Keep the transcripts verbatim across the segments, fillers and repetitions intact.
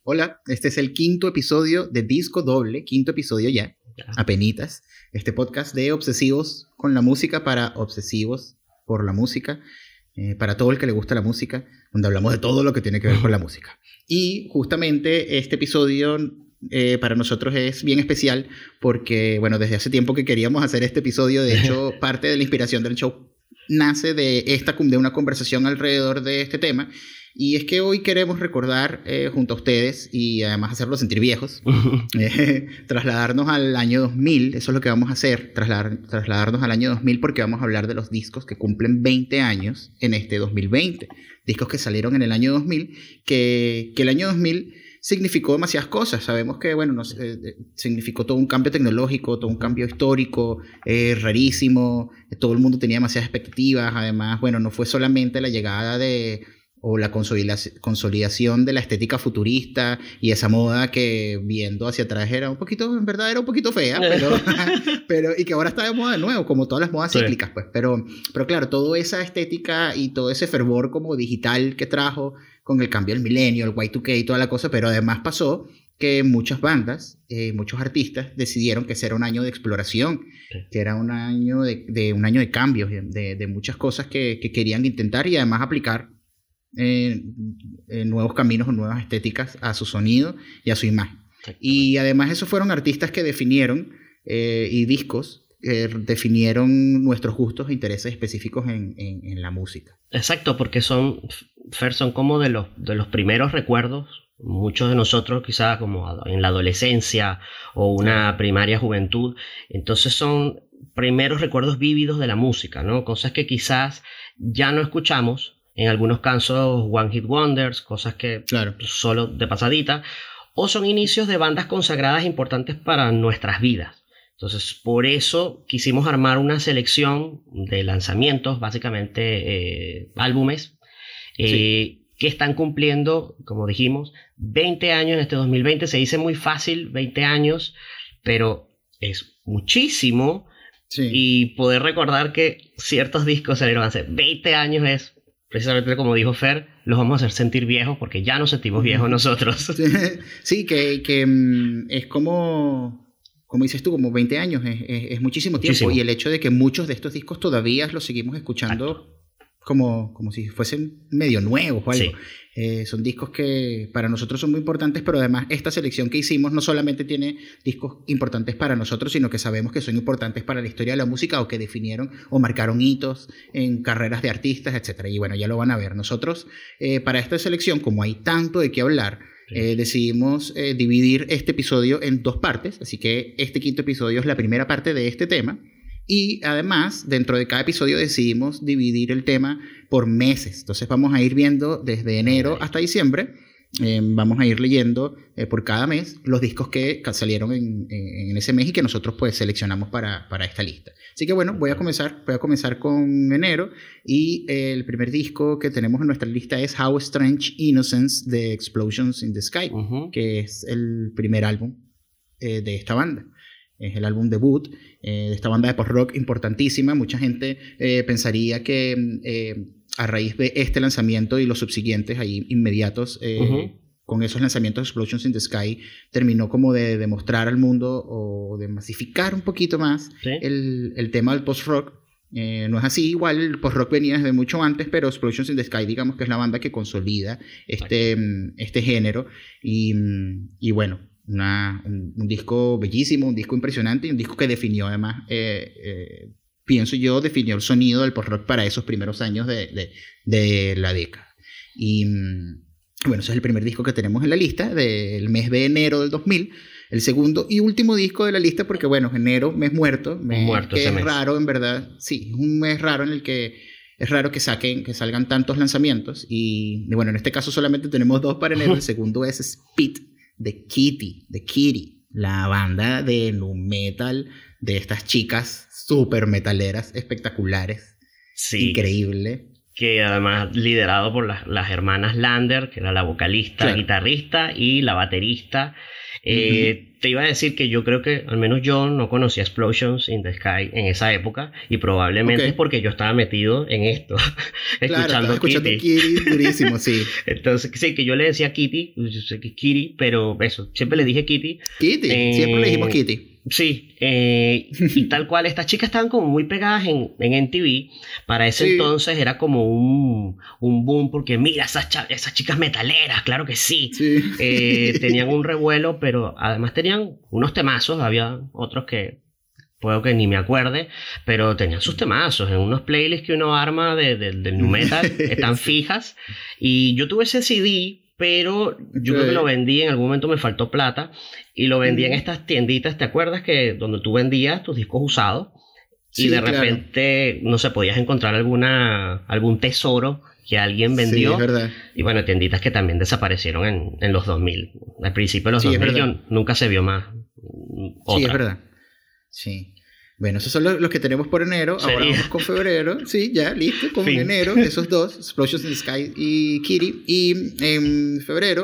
Hola, este es el quinto episodio de Disco Doble, quinto episodio ya, apenitas. Este podcast de obsesivos con la música para obsesivos por la música, eh, para todo el que le gusta la música, donde hablamos de todo lo que tiene que ver con la música. Y justamente este episodio eh, para nosotros es bien especial porque, bueno, desde hace tiempo que queríamos hacer este episodio, de hecho, parte de la inspiración del show nace de, esta, de una conversación alrededor de este tema. Y es que hoy queremos recordar eh, junto a ustedes y además hacerlos sentir viejos, eh, trasladarnos al año dos mil, eso es lo que vamos a hacer, trasladar, trasladarnos al año dos mil porque vamos a hablar de los discos que cumplen veinte años en este dos mil veinte, discos que salieron en el año dos mil, que, que el año dos mil significó demasiadas cosas. Sabemos que, bueno, nos, eh, significó todo un cambio tecnológico, todo un cambio histórico, eh, rarísimo, todo el mundo tenía demasiadas expectativas, además, bueno, no fue solamente la llegada de... o la consolidación de la estética futurista y esa moda que viendo hacia atrás era un poquito, en verdad era un poquito fea, pero, pero y que ahora está de moda de nuevo, como todas las modas sí. cíclicas, pues, pero, pero claro, toda esa estética y todo ese fervor como digital que trajo con el cambio del milenio, el Y dos K y toda la cosa, pero además pasó que muchas bandas, eh, muchos artistas decidieron que ese era un año de exploración, sí. que era un año de, de, un año de cambios, de, de muchas cosas que, que querían intentar y además aplicar Eh, eh, nuevos caminos o nuevas estéticas a su sonido y a su imagen. Y además esos fueron artistas que definieron eh, y discos que definieron nuestros gustos e intereses específicos en, en, en la música. Exacto, porque son, Fer, son como de los, de los primeros recuerdos, muchos de nosotros quizás como en la adolescencia o una primaria juventud, entonces son primeros recuerdos vívidos de la música, ¿no? Cosas que quizás ya no escuchamos. En algunos casos One Hit Wonders, cosas que claro. solo de pasadita, o son inicios de bandas consagradas importantes para nuestras vidas. Entonces, por eso quisimos armar una selección de lanzamientos, básicamente eh, álbumes, eh, sí. que están cumpliendo, como dijimos, veinte años en este dos mil veinte. Se dice muy fácil, veinte años, pero es muchísimo. Sí. Y poder recordar que ciertos discos salieron hace veinte años es... precisamente como dijo Fer, los vamos a hacer sentir viejos porque ya nos sentimos viejos nosotros. Sí, sí que, que es como, como dices tú, como veinte años, es, es, es muchísimo tiempo. Muchísimo. Y el hecho de que muchos de estos discos todavía los seguimos escuchando como, como si fuesen medio nuevos o algo. Sí. Eh, son discos que para nosotros son muy importantes, pero además esta selección que hicimos no solamente tiene discos importantes para nosotros, sino que sabemos que son importantes para la historia de la música o que definieron o marcaron hitos en carreras de artistas, etcétera. Y bueno, ya lo van a ver. Nosotros, eh, para esta selección, como hay tanto de qué hablar, eh, decidimos eh, dividir este episodio en dos partes, así que este quinto episodio es la primera parte de este tema. Y además, dentro de cada episodio decidimos dividir el tema por meses. Entonces vamos a ir viendo desde enero hasta diciembre. Eh, vamos a ir leyendo eh, por cada mes los discos que salieron en, en ese mes y que nosotros pues seleccionamos para, para esta lista. Así que bueno, voy a comenzar, voy a comenzar con enero. Y eh, el primer disco que tenemos en nuestra lista es How Strange Innocence de Explosions in the Sky, uh-huh. que es el primer álbum eh, de esta banda. Es el álbum debut eh, de esta banda de post-rock importantísima. Mucha gente eh, pensaría que eh, a raíz de este lanzamiento y los subsiguientes ahí inmediatos, eh, uh-huh. con esos lanzamientos Explosions in the Sky, terminó como de demostrar al mundo o de masificar un poquito más ¿sí? el, el tema del post-rock. Eh, no es así, igual el post-rock venía desde mucho antes, pero Explosions in the Sky digamos que es la banda que consolida este, este género y, y bueno, Una, un, un disco bellísimo, un disco impresionante y un disco que definió además, eh, eh, pienso yo, definió el sonido del post-rock para esos primeros años de, de, de la década. Y bueno, ese es el primer disco que tenemos en la lista del mes de enero del dos mil. El segundo y último disco de la lista porque bueno, enero, mes muerto, mes muerto que es mes. raro en verdad, sí, es un mes raro en el que es raro que saquen, que salgan tantos lanzamientos y, y bueno, en este caso solamente tenemos dos para enero. El segundo es Spit de Kitty, de Kitty, la banda de nu metal de estas chicas súper metaleras, espectaculares, sí, increíble. Que además liderado por las, las hermanas Lander, que era la vocalista, claro. guitarrista y la baterista. Eh, uh-huh. Te iba a decir que yo creo que al menos yo no conocía Explosions in the Sky en esa época y probablemente okay. es porque yo estaba metido en esto, claro, escuchando, escuchando Kitty. Kitty durísimo, sí. Entonces, sí, que yo le decía Kitty, yo sé que Kitty, pero eso, siempre le dije Kitty. Kitty, eh, siempre le dijimos Kitty. Sí, eh, y tal cual, estas chicas estaban como muy pegadas en, en M T V. Para ese sí. entonces era como un, un boom, porque mira, esas, cha- esas chicas metaleras, claro que sí. sí. Eh, tenían un revuelo, pero además tenían unos temazos, había otros que puedo que ni me acuerde, pero tenían sus temazos en unos playlists que uno arma de, de, del nu metal, están fijas. Y yo tuve ese C D, pero yo okay. creo que lo vendí, en algún momento me faltó plata, y lo vendí mm. en estas tienditas, ¿te acuerdas? Que donde tú vendías tus discos usados, sí, y de repente, claro. no sé, podías encontrar alguna, algún tesoro que alguien vendió. Sí, es verdad. Y bueno, tienditas que también desaparecieron en, en los dos mil. Al principio de los sí, dos mil yo, nunca se vio más otra. Sí, es verdad. Sí. Bueno, esos son los, los que tenemos por enero. ¿Sería? Ahora vamos con febrero. Sí, ya, listo. Con fin. enero, esos dos, Explosions in the Sky y Kitty. Y en febrero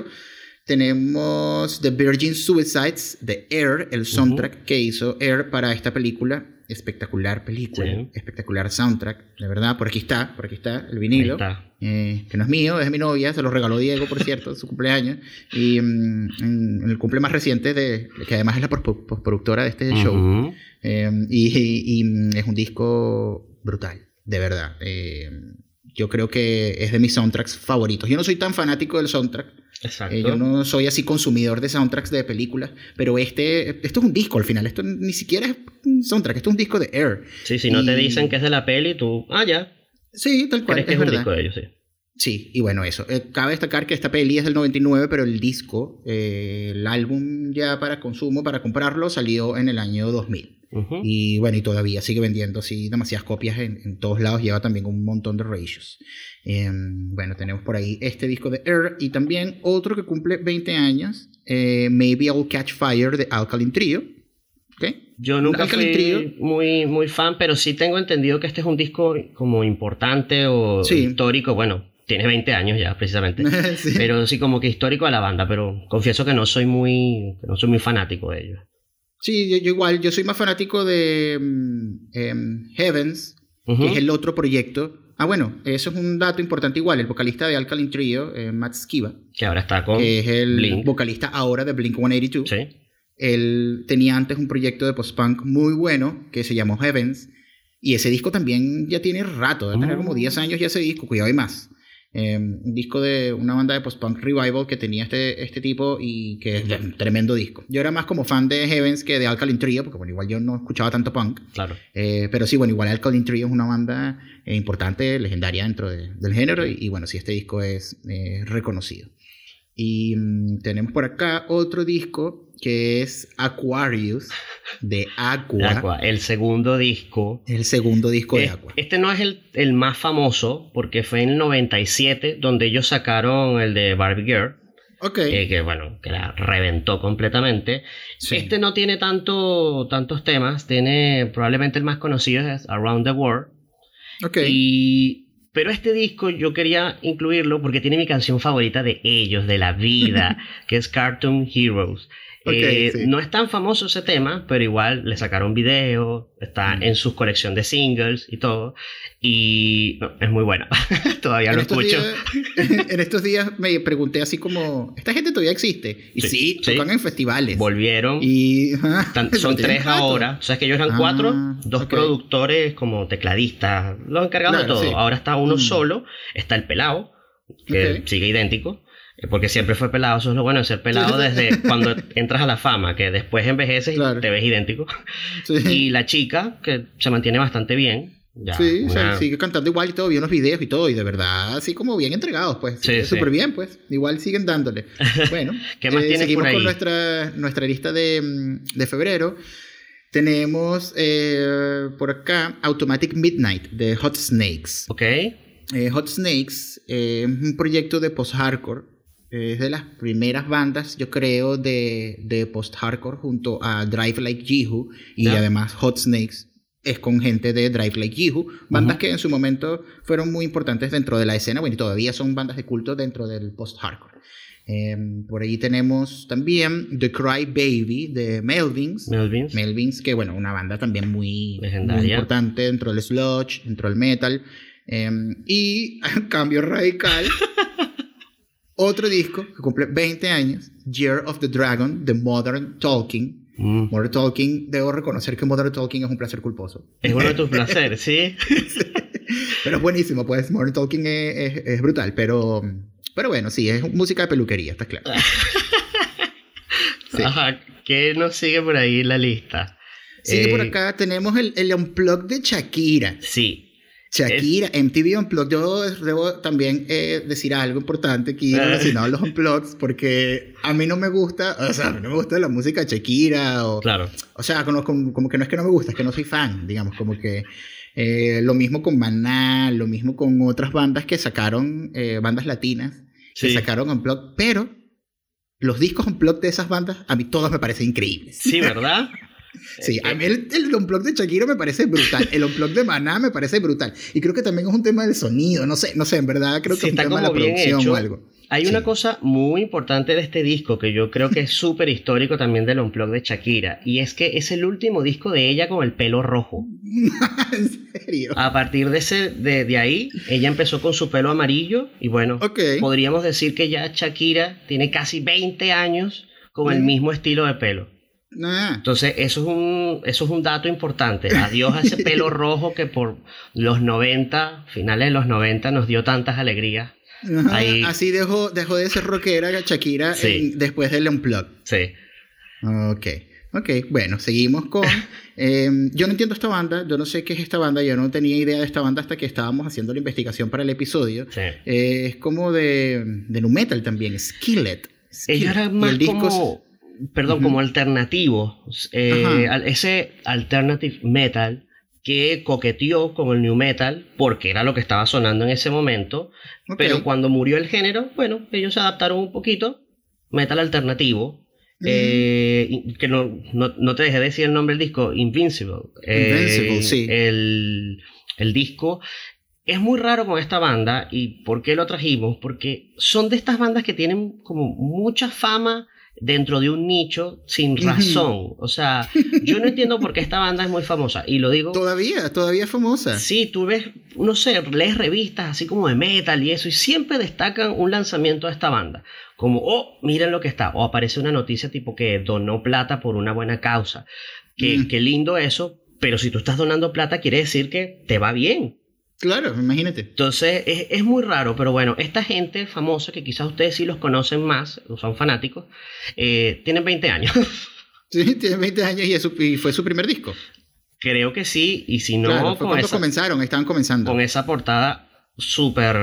tenemos The Virgin Suicides de Air, el soundtrack uh-huh. que hizo Air para esta película. Espectacular película, sí. espectacular soundtrack. De verdad, por aquí está, por aquí está el vinilo. Está. Eh, que no es mío, es de mi novia. Se lo regaló Diego, por cierto, en su cumpleaños. Y um, en, en el cumple más reciente, de que además es la postproductora de este uh-huh. show. Eh, y, y, y es un disco brutal, de verdad. Eh, yo creo que es de mis soundtracks favoritos. Yo no soy tan fanático del soundtrack. Exacto. Eh, yo no soy así consumidor de soundtracks de películas, pero este, esto es un disco al final. Esto ni siquiera es un soundtrack, esto es un disco de Air. Sí, si no y... te dicen que es de la peli, tú, ah, ya. Sí, tal cual. ¿Crees que es, es un disco de ellos? Sí. Sí, y bueno, eso. Eh, cabe destacar que esta peli es del noventa y nueve, pero el disco, eh, el álbum ya para consumo, para comprarlo, salió en el año dos mil. Uh-huh. Y bueno, y todavía sigue vendiendo así demasiadas copias en, en todos lados, lleva también un montón de reissues. Eh, bueno, tenemos por ahí este disco de Air y también otro que cumple veinte años, eh, Maybe I'll Catch Fire de Alkaline Trio. ¿Okay? Yo nunca Alkaline fui Trio. Muy, muy fan, pero sí tengo entendido que este es un disco como importante o sí. histórico, bueno. Tiene veinte años ya, precisamente. Sí. Pero sí, como que histórico a la banda. Pero confieso que no soy muy, no soy muy fanático de ellos. Sí, yo, yo igual. Yo soy más fanático de um, um, Heavens, uh-huh. que es el otro proyecto. Ah, bueno, eso es un dato importante igual. El vocalista de Alkaline Trio, eh, Matt Skiba. Que ahora está con que es el Blink. vocalista ahora de Blink ciento ochenta y dos. Sí. Él tenía antes un proyecto de post-punk muy bueno que se llamó Heavens. Y ese disco también ya tiene rato. Debe uh-huh. tener como diez años ya ese disco. Cuidado, hay más. Eh, un disco de una banda de post-punk revival que tenía este, este tipo y que es un tremendo disco. Yo era más como fan de Heavens que de Alkaline Trio, porque bueno, igual yo no escuchaba tanto punk. Claro. Eh, pero sí, bueno, igual Alkaline Trio es una banda eh, importante, legendaria dentro de, del género y, y bueno, sí, este disco es eh, reconocido. Y mmm, tenemos por acá otro disco que es Aquarius de Aqua. Aqua, el segundo disco. El segundo disco eh, de Aqua. Este no es el, el más famoso porque fue en el noventa y siete donde ellos sacaron el de Barbie Girl. Ok. Eh, que bueno, que la reventó completamente. Sí. Este no tiene tanto, tantos temas. Tiene probablemente el más conocido es Around the World. Ok. Y... Pero este disco yo quería incluirlo porque tiene mi canción favorita de ellos, de la vida, que es Cartoon Heroes. Okay, eh, sí. No es tan famoso ese tema, pero igual le sacaron video, está mm. en su colección de singles y todo. Y no, es muy bueno. Todavía en lo escucho. Días, en estos días me pregunté así como, ¿esta gente todavía existe? Y sí, sí, sí. tocan en festivales. Volvieron. Y, Tan, son tres rato. ahora. O sea, es que ellos eran ah, cuatro, dos okay. productores como tecladistas, los encargados claro, de todo. Sí. Ahora está uno mm. solo, está el pelado, que okay. sigue idéntico. Porque siempre fue pelado, eso es lo bueno de ser pelado desde cuando entras a la fama, que después envejeces claro. y te ves idéntico. Sí. Y la chica, que se mantiene bastante bien. Ya, sí, una... o sea, sigue cantando igual y todo, vi unos videos y todo, y de verdad, así como bien entregados, pues. Sí, súper sí. bien, pues. Igual siguen dándole. Bueno, ¿qué más eh, tienes seguimos por ahí? con nuestra, nuestra lista de, de febrero. Tenemos eh, por acá Automatic Midnight de Hot Snakes. Ok. Eh, Hot Snakes es eh, un proyecto de post-hardcore. Es de las primeras bandas, yo creo, de, de post-hardcore junto a Drive Like Jehu y yeah. además Hot Snakes es con gente de Drive Like Jehu, bandas uh-huh. que en su momento fueron muy importantes dentro de la escena, bueno, y todavía son bandas de culto dentro del post-hardcore. Eh, por ahí tenemos también The Cry Baby de Melvins. Melvins. Melvins, que bueno, una banda también muy, legendaria, muy importante dentro del sludge, dentro del metal. Eh, y cambio radical, otro disco que cumple veinte años, Year of the Dragon de Modern Talking. Mm. Modern Talking, debo reconocer que Modern Talking es un placer culposo. Es uno de tus placeres, ¿sí? Sí. Pero es buenísimo, pues Modern Talking es, es, es brutal, pero... Pero bueno, sí, es música de peluquería, está claro. Sí. Ajá, ¿qué nos sigue por ahí en la lista? Sigue eh... por acá, tenemos el, el Unplugged de Shakira. Sí. Shakira, es... M T V Unplugged. Yo debo también eh, decir algo importante aquí relacionado a los Unplugged, porque a mí no me gusta, o sea, a mí no me gusta la música de Shakira. O, claro. O sea, como, como, como que no es que no me gusta, es que no soy fan, digamos, como que... Eh, lo mismo con Maná, lo mismo con otras bandas que sacaron, eh, bandas latinas, sí. que sacaron Unplugged, pero los discos Unplugged de esas bandas, a mí todos me parecen increíbles. Sí, ¿verdad? Sí, a mí el, el Unplugged de Shakira me parece brutal, el Unplugged de Maná me parece brutal, y creo que también es un tema del sonido, no sé, no sé, en verdad creo que sí, es un tema de la producción hecho. O algo. Hay sí. una cosa muy importante de este disco que yo creo que es súper histórico también del Unplugged de Shakira, y es que es el último disco de ella con el pelo rojo. ¿En serio? A partir de, ese, de, de ahí, ella empezó con su pelo amarillo, y bueno, okay. podríamos decir que ya Shakira tiene casi veinte años con mm. el mismo estilo de pelo. Ah. Entonces eso es un eso es un dato importante. Adiós a ese pelo rojo que por los noventa, finales de los noventa, nos dio tantas alegrías. Ajá, Ahí... Así dejó, dejó de ser rockera Shakira sí. en, después del Unplugged. Sí. Ok, ok, bueno, seguimos con... eh, yo no entiendo esta banda, yo no sé qué es esta banda, yo no tenía idea de esta banda hasta que estábamos haciendo la investigación para el episodio. Sí. Eh, es como de, de nu metal también, Skillet. Skillet. Ella era más como... Perdón, uh-huh. como alternativo. Eh, ese alternative metal que coqueteó con el new metal porque era lo que estaba sonando en ese momento. Okay. Pero cuando murió el género, bueno, ellos se adaptaron un poquito. Metal alternativo. Uh-huh. Eh, que no, no, no te dejé decir el nombre del disco, Invincible. Invincible, eh, sí. El, el disco es muy raro con esta banda. ¿Y por qué lo trajimos? Porque son de estas bandas que tienen como mucha fama dentro de un nicho sin razón. O sea, yo no entiendo por qué esta banda es muy famosa. Y lo digo... Todavía, todavía es famosa. Sí, tú ves, no sé, lees revistas así como de metal y eso, y siempre destacan un lanzamiento de esta banda. Como, oh, miren lo que está. O aparece una noticia tipo que donó plata por una buena causa. Que, mm. Qué lindo eso, pero si tú estás donando plata quiere decir que te va bien. Claro, imagínate. Entonces es, es muy raro, pero bueno, esta gente famosa que quizás ustedes sí los conocen más, son fanáticos, eh, tienen veinte años. Sí, tienen veinte años y, es su, y fue su primer disco. Creo que sí, y si no... Claro, fue cuando esa, comenzaron, estaban comenzando. Con esa portada súper,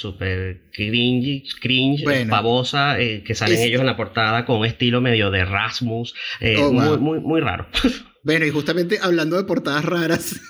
súper cringe, cringe bueno, pavosa, eh, que salen es... ellos en la portada con un estilo medio de Rasmus, eh, oh, wow. muy, muy, muy raro. Bueno, y justamente hablando de portadas raras...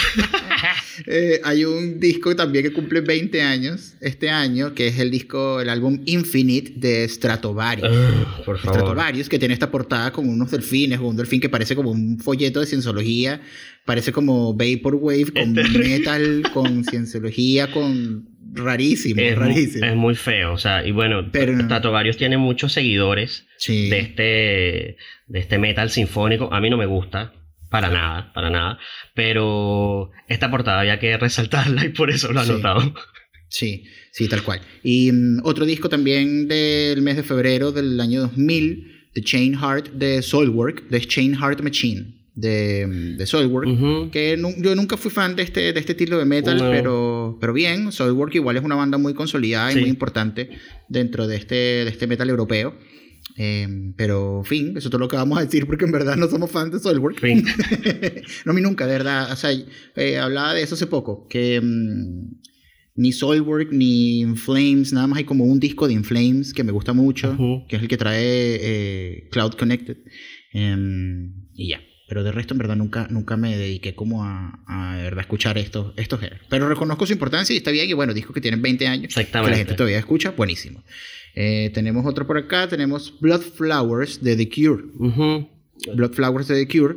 eh, hay un disco también que cumple veinte años este año, que es el disco, el álbum Infinite de Stratovarius. Uh, por favor. Stratovarius, que tiene esta portada con unos delfines, con un delfín que parece como un folleto de cienciología, parece como Vaporwave con metal, con cienciología, con rarísimo, es rarísimo. Muy, es muy feo, o sea, y bueno, Pero, Stratovarius tiene muchos seguidores sí. de este de este metal sinfónico. A mí no me gusta. Para nada, para nada. Pero esta portada había que resaltarla y por eso lo he anotado. Sí, sí, tal cual. Y um, otro disco también del mes de febrero del año dos mil, The Chain Heart de Soilwork, The Chain Heart Machine de, de Soilwork, uh-huh. que nu- yo nunca fui fan de este, de este estilo de metal, uh-huh. pero, pero bien, Soilwork igual es una banda muy consolidada sí. y muy importante dentro de este, de este metal europeo. Eh, pero, fin, eso es todo lo que vamos a decir porque en verdad no somos fans de Soilwork. Fin. No, a mí nunca, de verdad. O sea, eh, hablaba de eso hace poco, que um, ni Soilwork ni In Flames, nada más hay como un disco de In Flames que me gusta mucho, uh-huh. que es el que trae eh, Cloud Connected. Um, y ya. Pero de resto, en verdad, nunca, nunca me dediqué como a, a de verdad escuchar estos, estos géneros. Pero reconozco su importancia y está bien. Y bueno, discos que tienen veinte años, exactamente, que la gente todavía escucha, buenísimo. Eh, tenemos otro por acá, tenemos Blood Flowers de The Cure. Uh-huh. Blood Flowers de The Cure,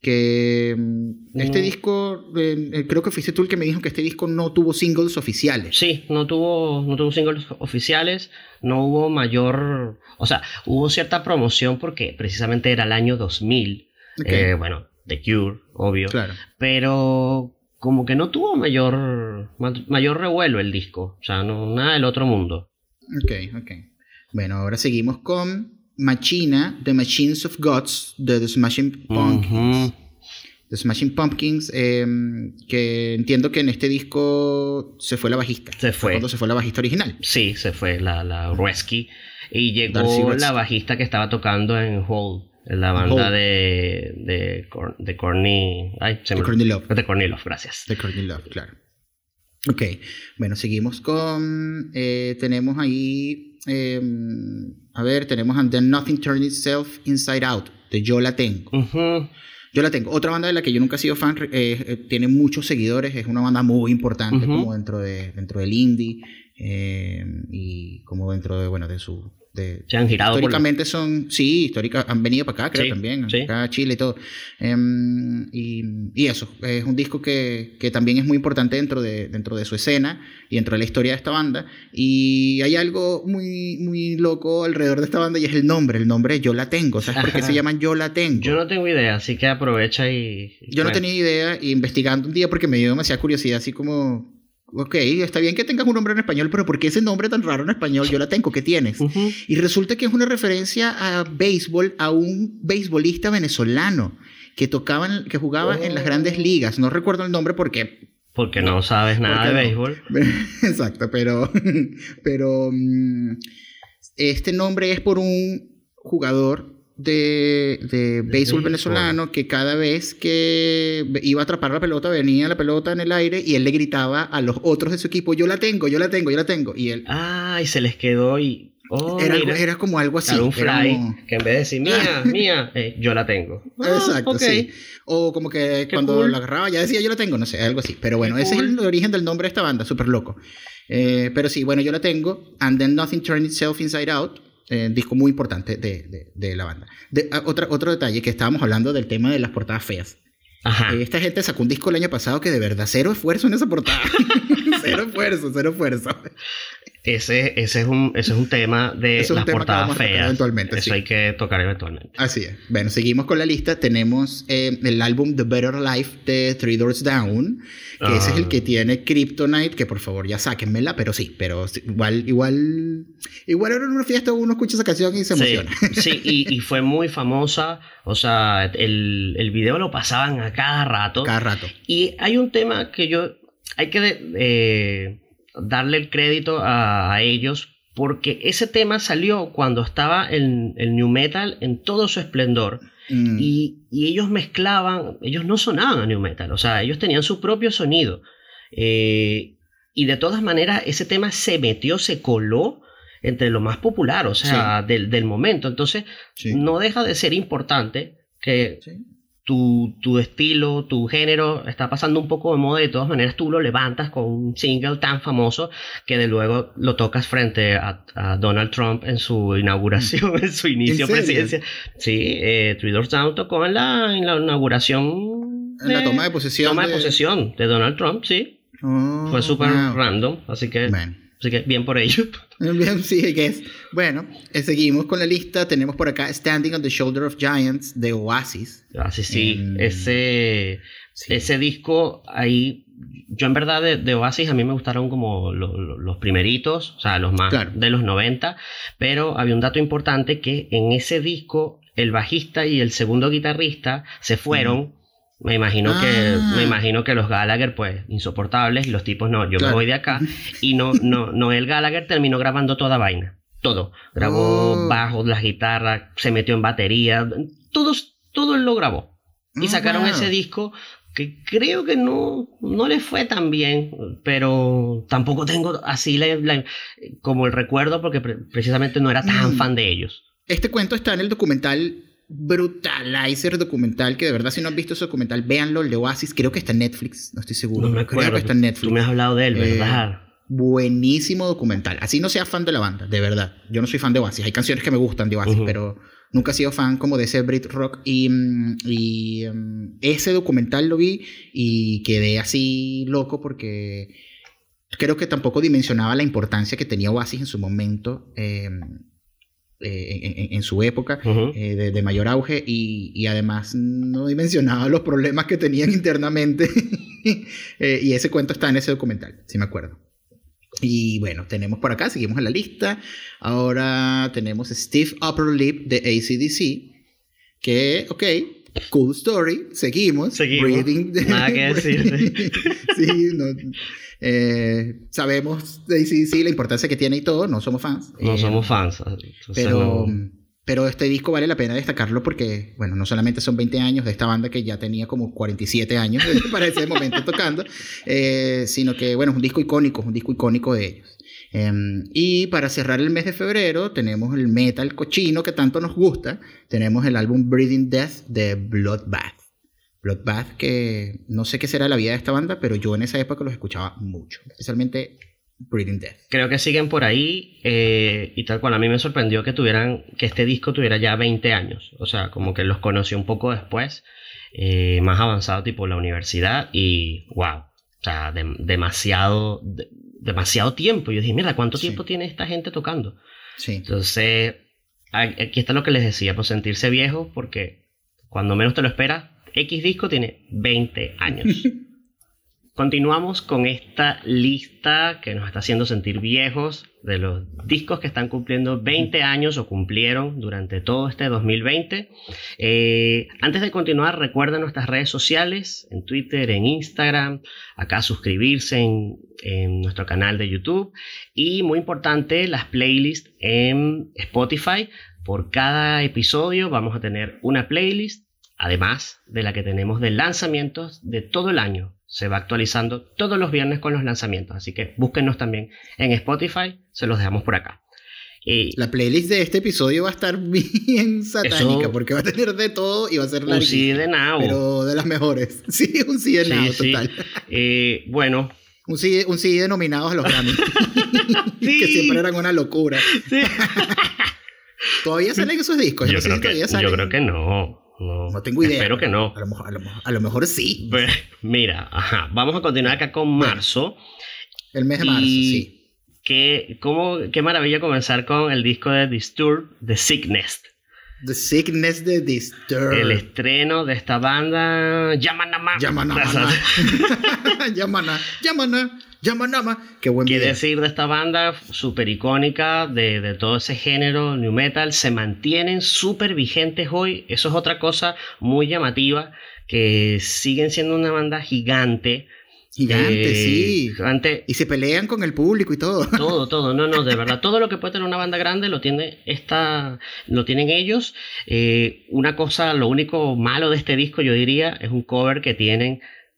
que este mm. disco, eh, creo que fuiste tú el que me dijo que este disco no tuvo singles oficiales. Sí, no tuvo, no tuvo singles oficiales, no hubo mayor, o sea, hubo cierta promoción porque precisamente era el año dos mil, okay. eh, bueno, The Cure, obvio, claro. Pero como que no tuvo mayor, mayor revuelo el disco, o sea, no, nada del otro mundo. Ok, ok. Bueno, ahora seguimos con Machina, The Machines of Gods, de The Smashing Pumpkins. Uh-huh. The Smashing Pumpkins, eh, que entiendo que en este disco se fue la bajista. Se fue. Cuando se fue la bajista original. Sí, se fue la, la Resky. Y llegó la bajista que estaba tocando en Hole, en la banda Hole. de de, de Courtney... Ay, se me... De Courtney Love. De Courtney Love, gracias. De Courtney Love, claro. Ok, bueno, seguimos con... Eh, tenemos ahí... Eh, a ver, tenemos And Then Nothing Turned Itself Inside Out, de Yo La Tengo. Uh-huh. Yo La Tengo. Otra banda de la que yo nunca he sido fan, eh, eh, tiene muchos seguidores, es una banda muy importante, uh-huh. como dentro, de, dentro del indie, eh, y como dentro de, bueno, de su... De, se han girado históricamente por... son sí histórica, han venido para acá creo, sí, también sí. acá a Chile y todo, um, y, y eso es un disco que, que también es muy importante dentro de, dentro de su escena y dentro de la historia de esta banda, y hay algo muy, muy loco alrededor de esta banda y es el nombre, el nombre Yo La Tengo. ¿Sabes por qué se llaman Yo La Tengo? Yo no tengo idea, así que aprovecha y... y yo bueno. no tenía idea, y investigando un día porque me dio demasiada curiosidad, así como... Ok, está bien que tengas un nombre en español, pero ¿por qué ese nombre tan raro en español? Yo La Tengo, ¿qué tienes? Uh-huh. Y resulta que es una referencia a béisbol, a un beisbolista venezolano que tocaba, que jugaba oh. en las grandes ligas. No recuerdo el nombre porque... Porque no sabes nada de béisbol. No. Exacto, pero, pero este nombre es por un jugador de, de béisbol venezolano que cada vez que iba a atrapar la pelota venía la pelota en el aire y él le gritaba a los otros de su equipo: yo la tengo, yo la tengo, yo la tengo, y él ah y se les quedó y oh, era, algo, era como algo así, era un fly como... que en vez de decir mía, mía, eh, yo la tengo. Ah, exacto, okay. Sí. O como que Qué cuando cool. la agarraba ya decía yo la tengo, no sé, algo así. Pero bueno, Qué ese cool. es el origen del nombre de esta banda, súper loco. Eh, pero sí, bueno, yo la tengo. And Then Nothing Turned Itself Inside Out. Eh, disco muy importante de, de, de la banda. De, uh, otra, otro detalle, que estábamos hablando del tema de las portadas feas. Ajá. Eh, esta gente sacó un disco el año pasado que de verdad cero esfuerzo en esa portada. cero esfuerzo, cero esfuerzo. Ese, ese, es un, ese es un tema de es un las tema portadas feas. Eventualmente, Eso sí. hay que tocar eventualmente. Así es. Bueno, seguimos con la lista. Tenemos eh, el álbum The Better Life de Three Doors Down, que uh. ese es el que tiene Kryptonite, que por favor ya sáquenmela, pero sí, pero igual, igual, igual ahora en una fiesta uno escucha esa canción y se sí, emociona. Sí, y, y fue muy famosa. O sea, el, el video lo pasaban a cada rato. Cada rato. Y hay un tema que yo... Hay que... De, eh, darle el crédito a, a ellos, porque ese tema salió cuando estaba el, el new metal en todo su esplendor, mm. y, y ellos mezclaban, ellos no sonaban a new metal, o sea, ellos tenían su propio sonido, eh, y de todas maneras ese tema se metió, se coló entre lo más popular, o sea, sí. del, del momento. Entonces sí. no deja de ser importante que sí. Tu, tu estilo, tu género está pasando un poco de moda, y de todas maneras tú lo levantas con un single tan famoso que de luego lo tocas frente a, a Donald Trump en su inauguración, en su inicio presidencial. Sí, eh, Three Doors Down tocó en la, en la inauguración de, en la toma de posesión toma de, de... posesión de Donald Trump, sí. Oh, fue súper wow. random, así que... Man. Así que bien por ello. Bien, sí, que es. Bueno, eh, seguimos con la lista. Tenemos por acá Standing on the Shoulder of Giants de Oasis. Oasis, sí. Um, ese, sí. ese disco ahí... Yo en verdad de, de Oasis a mí me gustaron como lo, lo, los primeritos, o sea, los más claro. de los noventa. Pero había un dato importante, que en ese disco el bajista y el segundo guitarrista se fueron... Uh-huh. Me imagino, ah. que, me imagino que los Gallagher, pues, insoportables, y los tipos, no, yo claro. me voy de acá. Y no, no, Noel Gallagher terminó grabando toda vaina. Todo. Grabó oh. bajos, las guitarras, se metió en batería. Todo, todo él lo grabó. Y sacaron oh, wow. ese disco que creo que no, no le fue tan bien, pero tampoco tengo así la, la, como el recuerdo, porque pre- precisamente no era tan mm. fan de ellos. Este cuento está en el documental Brutalizer, documental, que de verdad si no han visto ese documental, véanlo, el de Oasis, creo que está en Netflix, no estoy seguro, no me acuerdo, creo que está en Netflix. Tú me has hablado de él, ¿verdad? Eh, buenísimo documental, así no seas fan de la banda, de verdad, yo no soy fan de Oasis, hay canciones que me gustan de Oasis, uh-huh. pero Nunca he sido fan como de ese Brit Rock. Y, y um, ese documental lo vi y quedé así loco porque creo que tampoco dimensionaba la importancia que tenía Oasis en su momento, eh, eh, en, en su época, uh-huh. eh, de, de mayor auge. Y, y además no dimensionaba los problemas que tenían internamente. eh, y ese cuento está en ese documental, si me acuerdo. Y bueno, tenemos por acá, seguimos en la lista. Ahora tenemos Steve Upper Lip de A C D C. Que, ok, cool story. Seguimos. Seguimos. Breathing, nada que decir. sí, no, eh, sabemos de A C D C la importancia que tiene y todo. No somos fans. No eh, somos fans. Pero... No... Pero este disco vale la pena destacarlo porque, bueno, no solamente son veinte años de esta banda que ya tenía como cuarenta y siete años para ese momento tocando, eh, sino que, bueno, es un disco icónico, es un disco icónico de ellos. Eh, y para cerrar el mes de febrero tenemos el metal cochino que tanto nos gusta. Tenemos el álbum Breathing Death de Bloodbath. Bloodbath, que no sé qué será la vida de esta banda, pero yo en esa época los escuchaba mucho, especialmente Breathing Death. Creo que siguen por ahí, eh, y tal cual. A mí me sorprendió que tuvieran, que este disco tuviera ya veinte años. O sea, como que los conocí un poco después, eh, más avanzado, tipo la universidad, y wow, o sea, de, demasiado, de, demasiado tiempo. Yo dije, mira, ¿cuánto sí. tiempo tiene esta gente tocando? Sí. Entonces, aquí está lo que les decía, pues sentirse viejo, porque cuando menos te lo esperas, X disco tiene veinte años. Continuamos con esta lista que nos está haciendo sentir viejos de los discos que están cumpliendo veinte años o cumplieron durante todo este dos mil veinte. Eh, antes de continuar, recuerden nuestras redes sociales, en Twitter, en Instagram, acá suscribirse en, en nuestro canal de YouTube y, muy importante, las playlists en Spotify. Por cada episodio vamos a tener una playlist, además de la que tenemos de lanzamientos de todo el año. Se va actualizando todos los viernes con los lanzamientos. Así que búsquennos también en Spotify. Se los dejamos por acá. Y la playlist de este episodio va a estar bien satánica. Eso, porque va a tener de todo y va a ser larguísima. Un C D de Now. Pero de las mejores. Sí, un C D de Now, sí, total. Sí. Eh, bueno. Un C D, un C D de nominados a los Grammy. Sí. Que siempre eran una locura. Sí. ¿Todavía salen esos discos? Yo, no creo, sé si que, salen. yo creo que no. No, no tengo idea. Espero que no. A lo mejor, a lo mejor, a lo mejor sí. Pues, mira, ajá, vamos a continuar acá con marzo. El mes de marzo, sí. Qué, cómo, qué maravilla comenzar con el disco de Disturbed, The Sickness. The Sickness de Disturbed. El estreno de esta banda. Yamanama. Yamanama. Yamana. Yamana. Yamanama. Qué buen video. Qué decir de esta banda súper icónica de, de todo ese género new metal. Se mantienen súper vigentes hoy. Eso es otra cosa muy llamativa. Que siguen siendo una banda gigante. Gigante, eh, sí. Gigante. Y se pelean con el público y todo. Todo, todo. No, no, de verdad. Todo lo que puede tener una banda grande lo tiene esta, lo tienen ellos. Eh, una cosa, lo único malo de este disco, yo diría, es un cover que tienen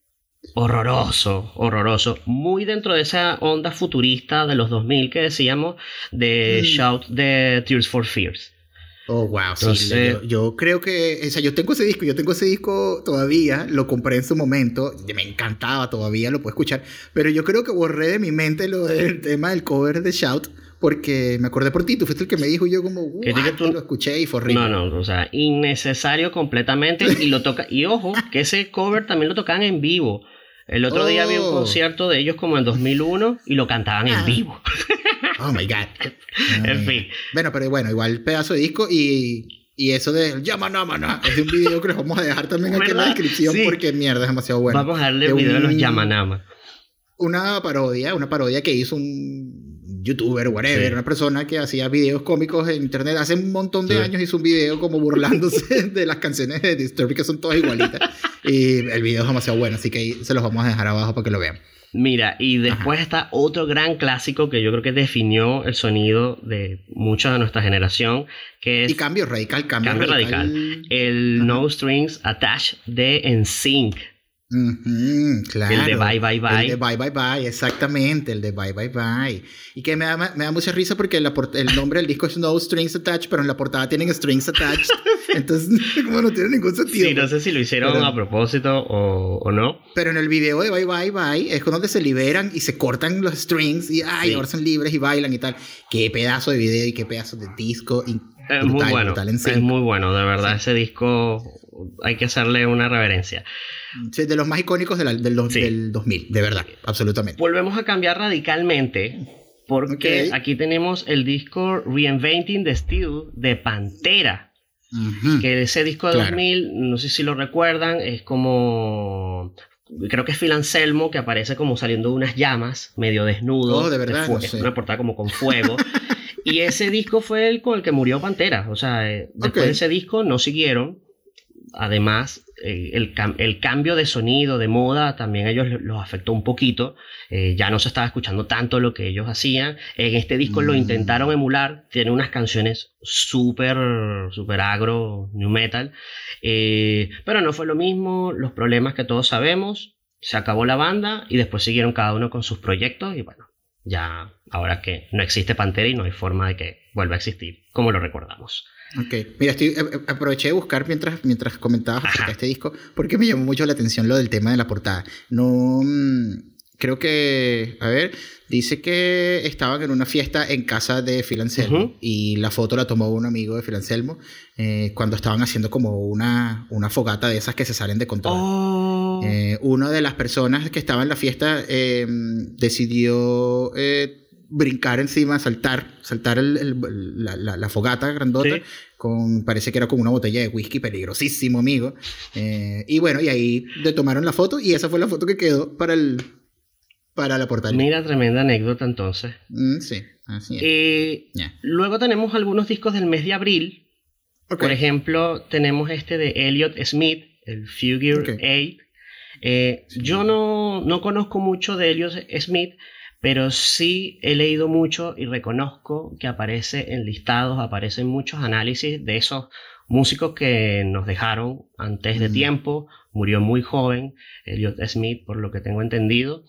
horroroso, horroroso. Muy dentro de esa onda futurista de los dos mil que decíamos, de mm. Shout de Tears for Fears. Oh, wow, Entonces, sí, yo, yo creo que, o sea, yo tengo ese disco, yo tengo ese disco todavía, lo compré en su momento, me encantaba todavía, lo puedo escuchar, pero yo creo que borré de mi mente lo del tema del cover de Shout, porque me acordé por ti, tú fuiste el que me dijo, y yo como, uh, tú... lo escuché y fue horrible. No, no, o sea, innecesario completamente, y lo toca, y ojo, que ese cover también lo tocaban en vivo. El otro oh. día vi un concierto de ellos como en dos mil uno y lo cantaban ah. en vivo. Oh my God. Oh, en fin. Bueno, pero bueno, igual pedazo de disco y, y eso de Yamanama es de un video que les vamos a dejar también aquí en la descripción sí. porque mierda, es demasiado bueno. Vamos a darle el video un, de los Yamanama. Una parodia, una parodia que hizo un youtuber, whatever, sí. una persona que hacía videos cómicos en internet. Hace un montón de sí. años hizo un video como burlándose de las canciones de Disturbed que son todas igualitas. Y el video es demasiado bueno, así que ahí se los vamos a dejar abajo para que lo vean. Mira, y después Ajá. está otro gran clásico que yo creo que definió el sonido de mucha de nuestra generación, que es... Y cambio radical, cambio, cambio radical. radical. El Ajá. No Strings Attached de N Sync. Uh-huh, claro. El de Bye Bye Bye. El de Bye Bye Bye, exactamente, el de Bye Bye Bye. Y que me da, me da mucha risa porque la port- el nombre del disco es No Strings Attached, pero en la portada tienen Strings Attached. Entonces, como no tiene ningún sentido. Sí, no sé si lo hicieron pero, a propósito o, o no. Pero en el video de Bye Bye Bye es donde se liberan y se cortan los strings y ay, sí. ahora son libres y bailan y tal. Qué pedazo de video y qué pedazo de disco. Es brutal, muy bueno, brutal en es muy bueno, de verdad, sí. Ese disco hay que hacerle una reverencia. Sí, de los más icónicos de la, del, do, sí. del dos mil, de verdad, absolutamente. Volvemos a cambiar radicalmente, porque okay. aquí tenemos el disco Reinventing the Steel de Pantera. Uh-huh. Que ese disco de claro. dos mil, no sé si lo recuerdan, es como... Creo que es Phil Anselmo, que aparece como saliendo de unas llamas, medio desnudo. Oh, de verdad, de no sé. Una portada como con fuego. Y ese disco fue el con el que murió Pantera. O sea, eh, después okay. de ese disco no siguieron. Además, eh, el, cam- el cambio de sonido, de moda, también a ellos los afectó un poquito. Eh, ya no se estaba escuchando tanto lo que ellos hacían. En este disco mm. lo intentaron emular. Tiene unas canciones súper, súper agro, new metal. Eh, pero no fue lo mismo. Los problemas que todos sabemos. Se acabó la banda y después siguieron cada uno con sus proyectos. Y bueno, ya ahora que no existe Pantera y no hay forma de que vuelva a existir como lo recordamos. Ok, mira, estoy, aproveché de buscar mientras, mientras comentabas acerca de este disco, porque me llamó mucho la atención lo del tema de la portada. No, creo que, a ver, dice que estaban en una fiesta en casa de Phil Anselmo, uh-huh. y la foto la tomó un amigo de Phil Anselmo eh, cuando estaban haciendo como una, una fogata de esas que se salen de control. Oh. Eh, una de las personas que estaba en la fiesta eh, decidió... Eh, brincar encima, saltar, saltar el, el, la, la, la fogata grandota, sí. con, parece que era como una botella de whisky, peligrosísimo, amigo. Eh, y bueno, y ahí le tomaron la foto y esa fue la foto que quedó para el para la portada. Mira, tremenda anécdota entonces. Mm, sí, así es. Eh, yeah. Luego tenemos algunos discos del mes de abril. Okay. Por ejemplo, tenemos este de Elliott Smith, el Figure okay. Eight. Eh, sí. Yo no, no conozco mucho de Elliott Smith, pero sí he leído mucho y reconozco que aparece en listados, aparecen muchos análisis de esos músicos que nos dejaron antes de mm. tiempo. Murió muy joven, Elliott Smith, por lo que tengo entendido.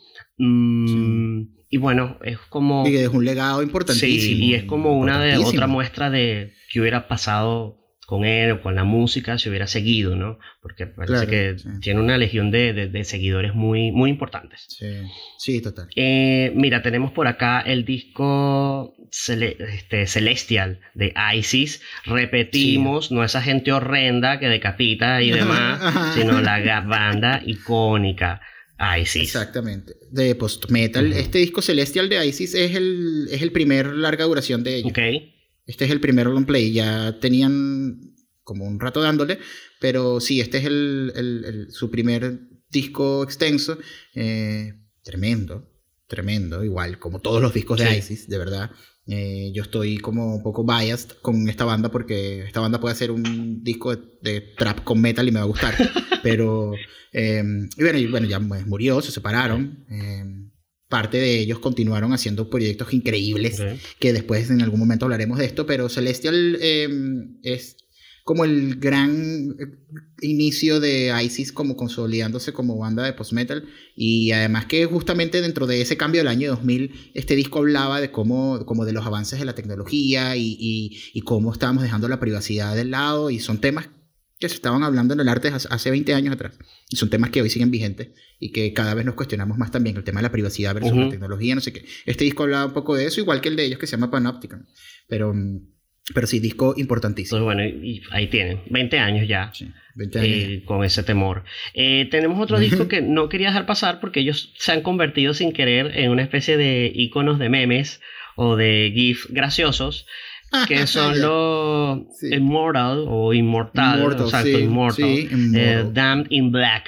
Mm, sí. Y bueno, es como... Y es un legado importantísimo. Sí, y es como una de, otra muestra de qué hubiera pasado con él o con la música si hubiera seguido, ¿no? Porque parece claro, que sí. tiene una legión de, de, de seguidores muy, muy importantes. Sí, sí, total. Eh, mira, tenemos por acá el disco Cele- este, Celestial de Isis. Repetimos, sí. no esa gente horrenda que decapita y demás, sino la banda icónica Isis. Exactamente, de post-metal. Uh-huh. Este disco Celestial de Isis es el, es el primer larga duración de ellos. Ok. Este es el primer long play, ya tenían como un rato dándole, pero sí, este es el, el, el, su primer disco extenso, eh, tremendo, tremendo, igual como todos los discos de sí. Isis, de verdad. Eh, yo estoy como un poco biased con esta banda porque esta banda puede hacer un disco de, de trap con metal y me va a gustar, pero eh, y bueno, y bueno, ya murió, se separaron. Eh, Parte de ellos continuaron haciendo proyectos increíbles, okay. que después en algún momento hablaremos de esto, pero Celestial eh, es como el gran inicio de Isis como consolidándose como banda de post-metal, y además que justamente dentro de ese cambio del año dos mil, este disco hablaba de cómo, como de los avances de la tecnología y, y, y cómo estábamos dejando la privacidad de lado, y son temas que se estaban hablando en el arte hace veinte años atrás. Y son temas que hoy siguen vigentes y que cada vez nos cuestionamos más también. El tema de la privacidad versus uh-huh. la tecnología, no sé qué. Este disco hablaba un poco de eso, igual que el de ellos que se llama Panopticon. Pero, pero sí, disco importantísimo. Pues bueno, y ahí tienen, veinte años ya. Sí, veinte años. Eh, con ese temor. Eh, tenemos otro disco que no quería dejar pasar porque ellos se han convertido sin querer en una especie de iconos de memes o de GIF graciosos, que son los sí. Immortal o Inmortal, Immortal, exacto, sí, Immortal, sí, Immortal. Eh, Damned in Black.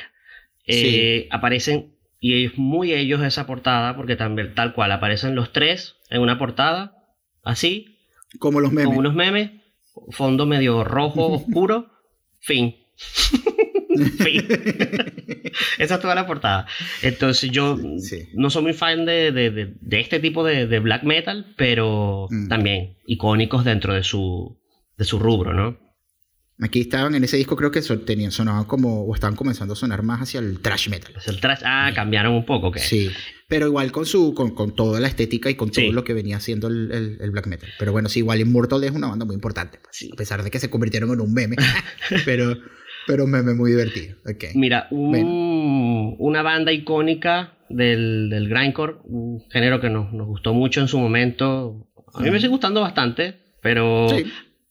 Eh, sí. Aparecen, y es muy ellos esa portada, porque también tal cual aparecen los tres en una portada, así, como los memes, como unos memes, fondo medio rojo oscuro, fin. Fin. Esa es toda la portada. Entonces yo sí. no soy muy fan de, de, de, de este tipo de, de black metal, pero mm. también icónicos dentro de su, de su rubro, ¿no? Aquí estaban en ese disco, creo que son, tenían, sonaban como, o estaban comenzando a sonar más hacia el thrash metal. Hacia el thrash, ah, cambiaron un poco, ¿qué? Sí, pero igual con su, con, con toda la estética y con todo sí. lo que venía haciendo el, el, el black metal. Pero bueno, sí, igual Immortal es una banda muy importante, pues, sí. a pesar de que se convirtieron en un meme, pero... Pero un meme muy divertido. Okay. Mira, un, una banda icónica del, del grindcore, un género que nos, nos gustó mucho en su momento. A mí mm. me sigue gustando bastante, pero sí.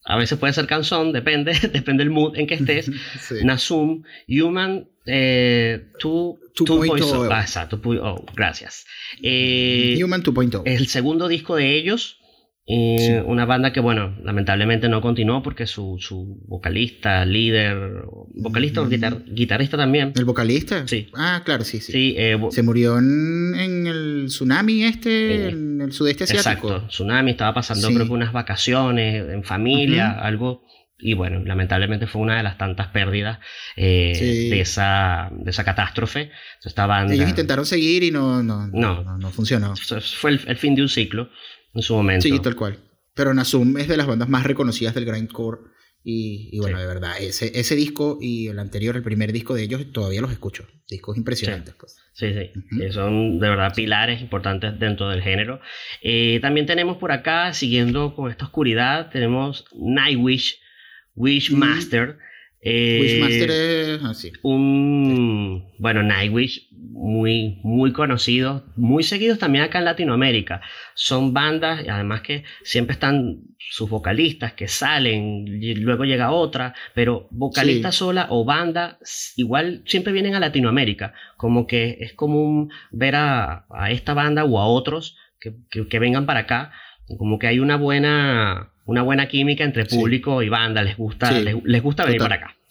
a veces puede ser cansón, depende, depende del mood en que estés. Sí. Nasum, Human eh, dos punto cero. Ah, exacto, oh, gracias. Eh, Human dos punto cero. Es el segundo disco de ellos. Eh, sí. Una banda que, bueno, lamentablemente no continuó porque su, su vocalista, líder, vocalista mm. o guitar, guitarrista también. ¿El vocalista? Sí. Ah, claro, sí, sí. sí eh, Se murió en, en el tsunami este, eh, en el sudeste asiático. Exacto, tsunami, estaba pasando sí. creo que unas vacaciones en familia, uh-huh. algo, y bueno, lamentablemente fue una de las tantas pérdidas eh, sí. de, esa, de esa catástrofe. Esta banda, ellos intentaron seguir y no, no, no, no, no funcionó. Fue el, el fin de un ciclo. En su momento. Sí, tal cual. Pero Nasum es de las bandas más reconocidas del grindcore. Y, y bueno, sí. de verdad, ese, ese disco y el anterior, el primer disco de ellos, todavía los escucho. Discos impresionantes. Sí, pues. sí. sí. Uh-huh. Son de verdad pilares importantes dentro del género. Eh, también tenemos por acá, siguiendo con esta oscuridad, tenemos Nightwish, Wishmaster. Uh-huh. Eh, Wishmaster es así. Ah, un, sí. Bueno, Nightwish, muy, muy conocidos, muy seguidos también acá en Latinoamérica. Son bandas, y además que siempre están sus vocalistas que salen, y luego llega otra, pero vocalista sí. sola o banda, igual siempre vienen a Latinoamérica. Como que es común ver a, a esta banda o a otros que, que, que vengan para acá. Como que hay una buena, una buena química entre público sí. y banda, les gusta, sí. les, les gusta venir Total. Para acá.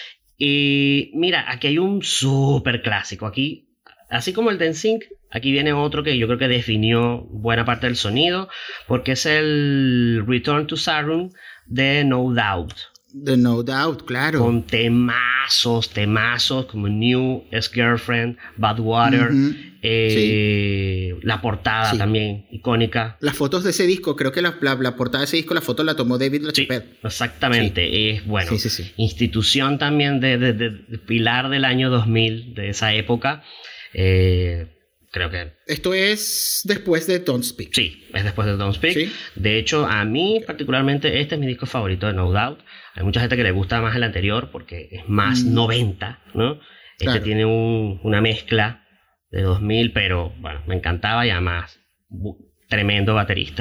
Y mira, aquí hay un súper clásico. Aquí, así como el NSYNC, aquí viene otro que yo creo que definió buena parte del sonido, porque es el Return to Saturn de No Doubt. De No Doubt, claro. Con temazos, temazos como New, Ex-Girlfriend, Bad Water. Uh-huh. eh, sí. La portada sí. también, icónica. Las fotos de ese disco, creo que la, la, la portada de ese disco, la foto la tomó David LaChapelle. Sí, exactamente. Sí. Es, bueno, sí, sí, sí. institución también de, de, de, de pilar del año dos mil, de esa época. Eh... Creo que... Esto es después de Don't Speak. Sí, es después de Don't Speak. ¿Sí? De hecho, a mí particularmente este es mi disco favorito de No Doubt. Hay mucha gente que le gusta más el anterior porque es más mm. noventa, ¿no? Este claro. tiene un, una mezcla de dos mil, pero bueno, me encantaba y además tremendo baterista.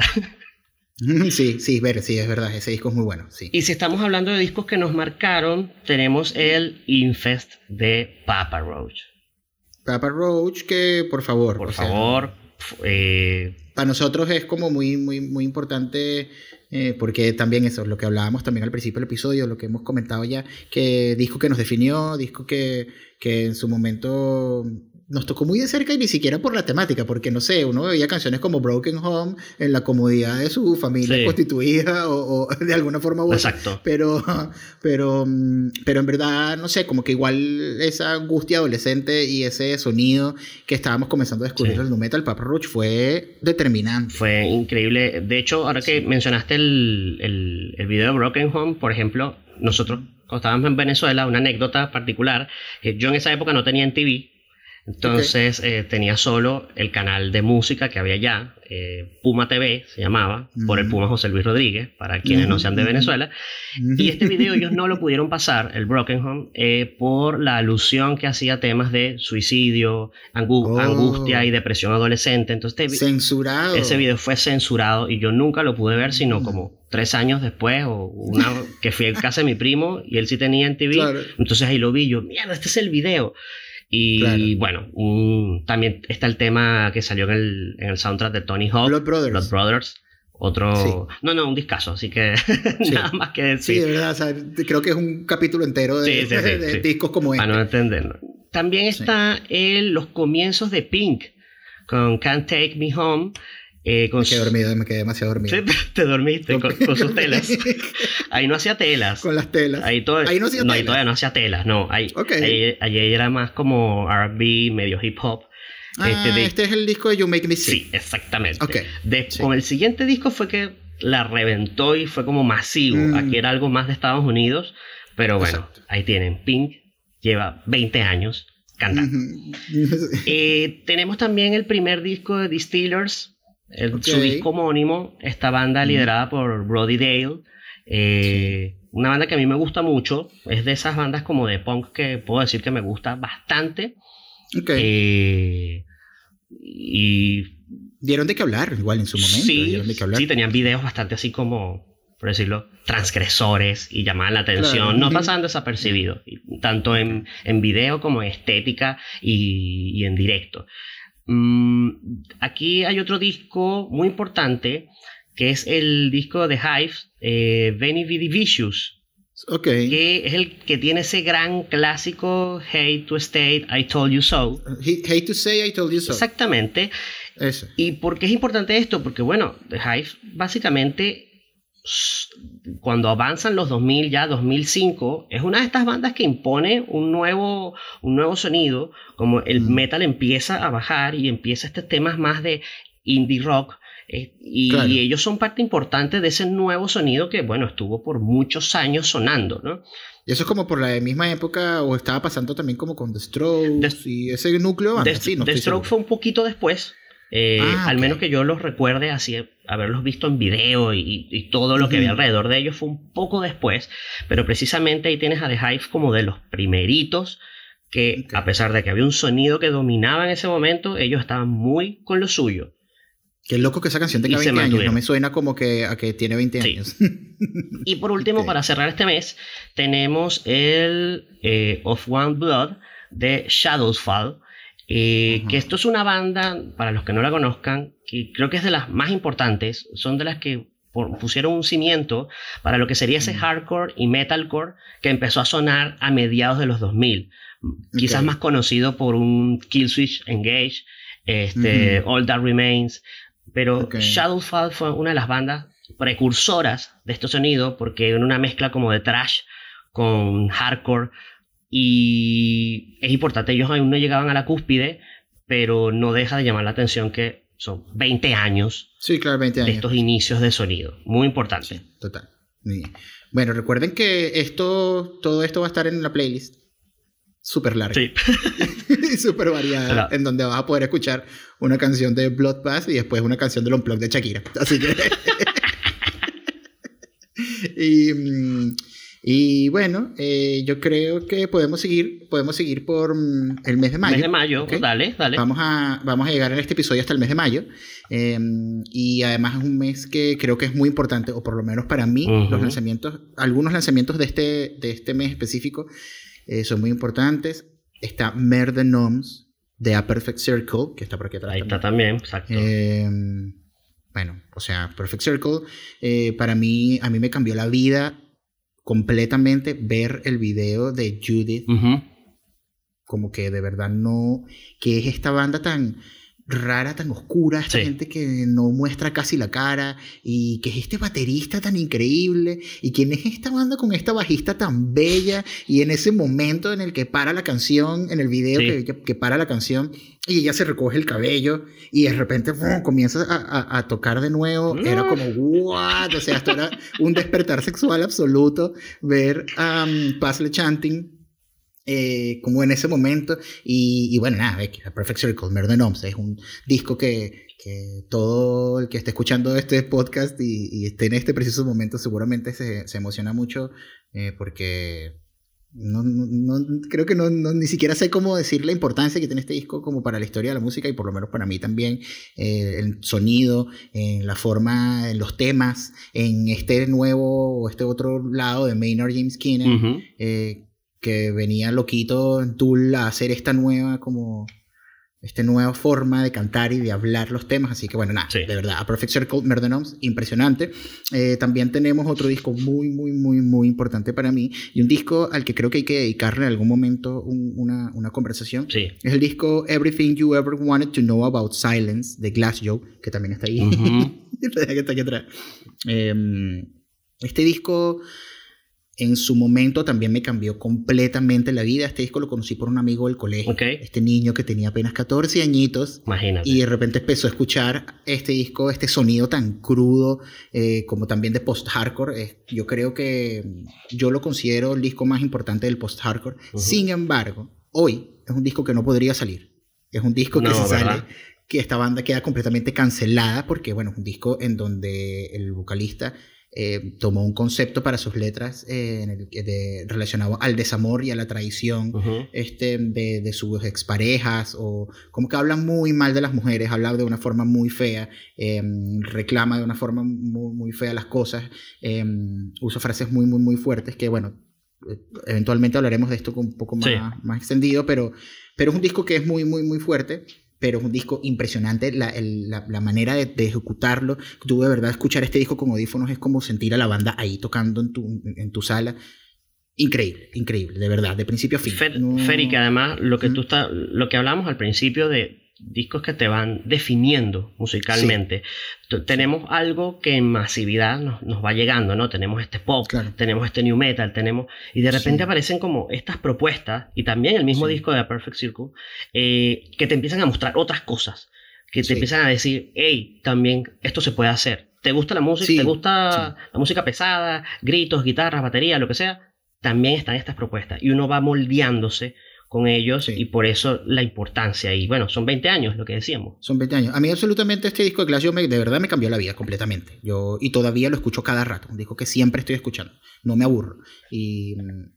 Sí, sí, ver, sí, es verdad, ese disco es muy bueno. Sí. Y si estamos hablando de discos que nos marcaron, tenemos el Infest de Papa Roach. Papa Roach, que por favor. Por favor. Sea, eh... Para nosotros es como muy, muy, muy importante, eh, porque también eso es lo que hablábamos también al principio del episodio, lo que hemos comentado ya, que disco que nos definió, disco que, que en su momento nos tocó muy de cerca y ni siquiera por la temática, porque no sé, uno veía canciones como Broken Home en la comodidad de su familia sí. constituida o, o de alguna forma u otra. Exacto. Pero, pero, pero en verdad, no sé, como que igual esa angustia adolescente y ese sonido que estábamos comenzando a descubrir sí. el nu metal, Papa Roach, fue determinante. Fue increíble. De hecho, ahora que sí. mencionaste el, el, el video de Broken Home, por ejemplo, nosotros cuando estábamos en Venezuela, una anécdota particular, eh, yo en esa época no tenía M T V. Entonces okay. eh, tenía solo el canal de música que había allá, eh, Puma T V se llamaba, mm. por el Puma José Luis Rodríguez, para quienes mm. no sean de Venezuela. Mm. Y este video ellos no lo pudieron pasar, el Broken Home, eh, por la alusión que hacía temas de suicidio, angu- oh. angustia y depresión adolescente. Entonces, este, censurado. Ese video fue censurado y yo nunca lo pude ver, sino mm. como tres años después, o una que fui a casa de mi primo y él sí tenía M T V. Claro. Entonces ahí lo vi yo, mierda, este es el video. Y claro. bueno, un, también está el tema que salió en el, en el soundtrack de Tony Hawk, Blood Brothers. Blood Brothers. Otro. Sí. No, no, un discazo, así que sí. nada más que decir. Sí, de verdad, o sea, creo que es un capítulo entero de, sí, sí, sí, de, de sí. discos como este. Para no entenderlo. También está sí. el, los comienzos de Pink con Can't Take Me Home. Eh, con me quedé dormido, me quedé demasiado dormido. Sí, te dormiste con, con sus telas. Ahí no hacía telas. Con las telas. Ahí, todo, ahí no hacía no, telas. Ahí todavía no hacía telas, no. Ahí, okay. ahí, ahí era más como R and B, medio hip hop. Ah, este, de, este es el disco de You Make Me Sick. Sí, exactamente. Okay. De, sí. Con el siguiente disco fue que la reventó y fue como masivo. Mm. Aquí era algo más de Estados Unidos. Pero bueno, exacto. Ahí tienen. Pink lleva veinte años cantando. Mm-hmm. eh, tenemos también el primer disco de Distillers. El, okay. Su disco homónimo, esta banda liderada mm. por Brody Dale, eh, sí. una banda que a mí me gusta mucho, es de esas bandas como de punk que puedo decir que me gusta bastante. Okay. Eh, y dieron de qué hablar igual en su momento. Sí, dieron de qué hablar. Sí, tenían videos bastante así como por decirlo, transgresores y llamaban la atención, claro. No pasaban desapercibidos, tanto en, en video como en estética y, y en directo. Mm, aquí hay otro disco muy importante, que es el disco de Hive, eh, Veni Vidi Vicious. Okay. Que es el que tiene ese gran clásico Hate to State, I Told You So. Hate to Say, I Told You So. Exactamente. Eso. ¿Y por qué es importante esto? Porque bueno, The Hive básicamente cuando avanzan los dos mil, ya dos mil cinco, es una de estas bandas que impone un nuevo, un nuevo sonido, como el mm. metal empieza a bajar y empieza estos temas más de indie rock. Eh, y, claro. y ellos son parte importante de ese nuevo sonido que, bueno, estuvo por muchos años sonando, ¿no? Y eso es como por la misma época, o estaba pasando también como con The Strokes The, y ese núcleo. The, sí, no The Strokes fue un poquito después, eh, ah, al okay. menos que yo los recuerde así, haberlos visto en video y, y todo lo uh-huh. que había alrededor de ellos fue un poco después, pero precisamente ahí tienes a The Hive como de los primeritos que, okay. a pesar de que había un sonido que dominaba en ese momento, ellos estaban muy con lo suyo. Qué loco que esa canción tenga veinte años, no me suena como que a que tiene veinte sí. años. Y por último, okay. para cerrar este mes, tenemos el eh, Of One Blood de Shadowfall, eh, uh-huh. que esto es una banda, para los que no la conozcan, que creo que es de las más importantes, son de las que por, pusieron un cimiento para lo que sería ese uh-huh. hardcore y metalcore que empezó a sonar a mediados de los dos mil, okay. quizás más conocido por un Killswitch Engage, este, uh-huh. All That Remains. Pero okay. Shadowfall fue una de las bandas precursoras de este sonido porque era una mezcla como de thrash con hardcore y es importante, ellos aún no llegaban a la cúspide, pero no deja de llamar la atención que son veinte años, sí, claro, veinte años de estos inicios de sonido, muy importante. Sí, total. Bueno, recuerden que esto, todo esto va a estar en la playlist súper larga sí. y súper variada, claro. en donde vas a poder escuchar una canción de Bloodbath y después una canción del Unplugged de Shakira. Así que... y, y bueno, eh, yo creo que podemos seguir, podemos seguir por um, el mes de mayo. Mes de mayo, ¿okay? dale, dale. Vamos a, vamos a llegar en este episodio hasta el mes de mayo. Eh, y además es un mes que creo que es muy importante, o por lo menos para mí, uh-huh. los lanzamientos, algunos lanzamientos de este, de este mes específico Eh, son muy importantes. Está Mare the Gnomes de A Perfect Circle, que está por aquí atrás. Ahí también. está también, exacto. Eh, bueno, o sea, Perfect Circle, eh, para mí, a mí me cambió la vida completamente ver el video de Judith. Uh-huh. Como que de verdad no... Que es esta banda tan rara, tan oscura, esta sí. gente que no muestra casi la cara, y que es este baterista tan increíble, y quién es esta banda con esta bajista tan bella, y en ese momento en el que para la canción, en el video sí. que, que para la canción, y ella se recoge el cabello, y de repente ¡pum! Comienza a, a, a tocar de nuevo, no. era como what, o sea, esto era un despertar sexual absoluto, ver a um, Puzzle Chanting, Eh, como en ese momento y, y bueno, nada, A Perfect Circle, Mare the Gnomes es un disco que, que todo el que esté escuchando este podcast y, y esté en este preciso momento seguramente se, se emociona mucho eh, porque no, no, no, creo que no, no, ni siquiera sé cómo decir la importancia que tiene este disco como para la historia de la música y por lo menos para mí también, eh, el sonido, en la forma, en los temas, en este nuevo o este otro lado de Maynard James Keenan, uh-huh. eh, que venía loquito en Tool a hacer esta nueva como esta nueva forma de cantar y de hablar los temas, así que bueno, nada, sí. de verdad, A Perfect Circle, Mare the Gnomes, impresionante. Eh, también tenemos otro disco muy, muy, muy, muy importante para mí, y un disco al que creo que hay que dedicarle en algún momento un, una, una conversación, sí. es el disco Everything You Ever Wanted to Know About Silence, de Glassjaw, que también está ahí, uh-huh. que está aquí atrás. Eh, este disco... En su momento también me cambió completamente la vida. Este disco lo conocí por un amigo del colegio. Okay. Este niño que tenía apenas catorce añitos. Imagínate. Y de repente empezó a escuchar este disco, este sonido tan crudo, eh, como también de post-hardcore. Eh, yo creo que yo lo considero el disco más importante del post-hardcore. Uh-huh. Sin embargo, hoy es un disco que no podría salir. Es un disco que no, se ¿verdad? Sale... que esta banda queda completamente cancelada porque, bueno, es un disco en donde el vocalista... eh, tomó un concepto para sus letras eh, en el, de, relacionado al desamor y a la traición uh-huh. este, de, de sus exparejas, o como que hablan muy mal de las mujeres, habla de una forma muy fea, eh, reclama de una forma muy, muy fea las cosas, eh, usa frases muy, muy, muy fuertes que, bueno, eventualmente hablaremos de esto con un poco más, sí. más extendido, pero, pero es un disco que es muy, muy, muy fuerte. Pero es un disco impresionante, la, el, la, la manera de, de ejecutarlo. Tú de verdad escuchar este disco con audífonos es como sentir a la banda ahí tocando en tu, en tu sala. Increíble, increíble, de verdad, de principio a fin. Fer, no... Fer, que además lo que, ¿Mm? tú está, lo que hablamos al principio de discos que te van definiendo musicalmente. Sí. Tenemos algo que en masividad nos, nos va llegando, ¿no? Tenemos este pop, claro. tenemos este new metal, tenemos... Y de repente sí. aparecen como estas propuestas, y también el mismo sí. disco de A Perfect Circle, eh, que te empiezan a mostrar otras cosas, que te sí. empiezan a decir, hey, también esto se puede hacer. ¿Te gusta la música? Sí. ¿Te gusta sí. la música pesada? Gritos, guitarras, batería, lo que sea. También están estas propuestas. Y uno va moldeándose con ellos sí. y por eso la importancia. Y bueno, son veinte años lo que decíamos. Son veinte años. A mí absolutamente este disco de Glass me, de verdad me cambió la vida completamente. Yo, y todavía lo escucho cada rato. Un disco que siempre estoy escuchando. No me aburro. Y,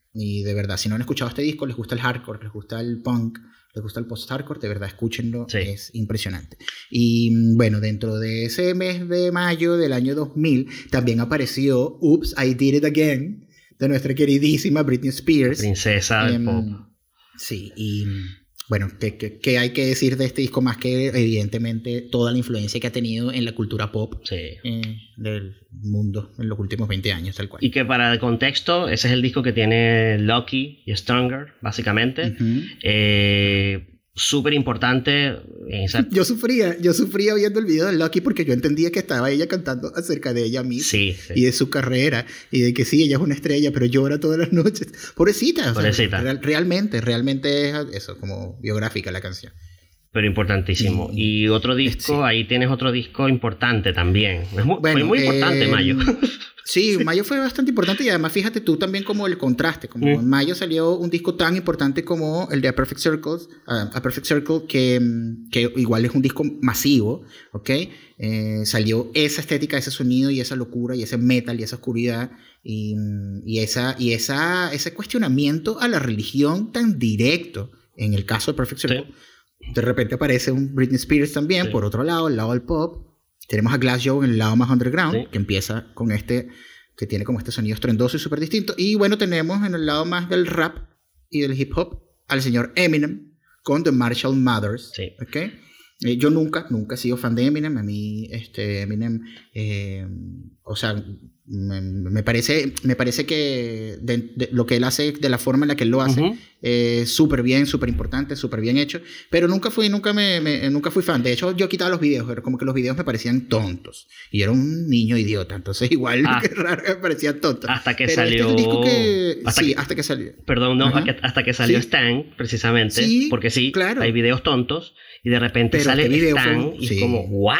y de verdad, si no han escuchado este disco, les gusta el hardcore, les gusta el punk, les gusta el post-hardcore, de verdad escúchenlo. Sí. Es impresionante. Y bueno, dentro de ese mes de mayo del año dos mil también apareció Oops, I Did It Again, de nuestra queridísima Britney Spears. Princesa del um, pop. Sí, y bueno, ¿qué, qué, ¿qué hay que decir de este disco más que evidentemente toda la influencia que ha tenido en la cultura pop sí. eh, del mundo en los últimos veinte años, tal cual? Y que para el contexto, ese es el disco que tiene Lucky y Stronger, básicamente. Uh-huh. Eh... Súper importante. Esa... Yo sufría, yo sufría viendo el video de Lucky porque yo entendía que estaba ella cantando acerca de ella misma sí, sí. y de su carrera y de que sí, ella es una estrella, pero llora todas las noches. Pobrecita. Pobrecita. O sea, real, realmente, realmente es eso, como biográfica la canción. Pero importantísimo. Y, y otro disco, sí. ahí tienes otro disco importante también. Es muy, bueno, fue muy importante, eh, Mayo. Sí, Mayo fue bastante importante y además fíjate tú también como el contraste, como mm. en Mayo salió un disco tan importante como el de A Perfect Circle, uh, A Perfect Circle que, que igual es un disco masivo, ¿ok? Eh, salió esa estética, ese sonido y esa locura y ese metal y esa oscuridad y, y, esa, y esa, ese cuestionamiento a la religión tan directo en el caso de Perfect Circle. Sí. De repente aparece un Britney Spears también, sí. por otro lado, el lado del pop. Tenemos a Glass Joe en el lado más underground, sí. que empieza con este, que tiene como este sonido estrendoso y súper distinto. Y bueno, tenemos en el lado más del rap y del hip hop al señor Eminem con The Marshall Mathers. Sí. ¿Okay? Eh, yo nunca, nunca he sido fan de Eminem. A mí, este, Eminem, eh, o sea, me, me, parece, me parece que de, de, lo que él hace, de la forma en la que él lo hace, uh-huh. eh, súper bien, súper importante, súper bien hecho. Pero nunca fui, nunca me, me, nunca fui fan. De hecho, yo quitaba los videos, pero como que los videos me parecían tontos. Y era un niño idiota, entonces igual, ah, que raro, me parecían tontos. Hasta que pero salió... Este es un disco que... Hasta sí, que... hasta que salió. Perdón, no, uh-huh. hasta que salió ¿Sí? Stan, precisamente. Sí, porque sí, claro. hay videos tontos. Y de repente pero sale este Stan fue... y sí. es como, ¿what?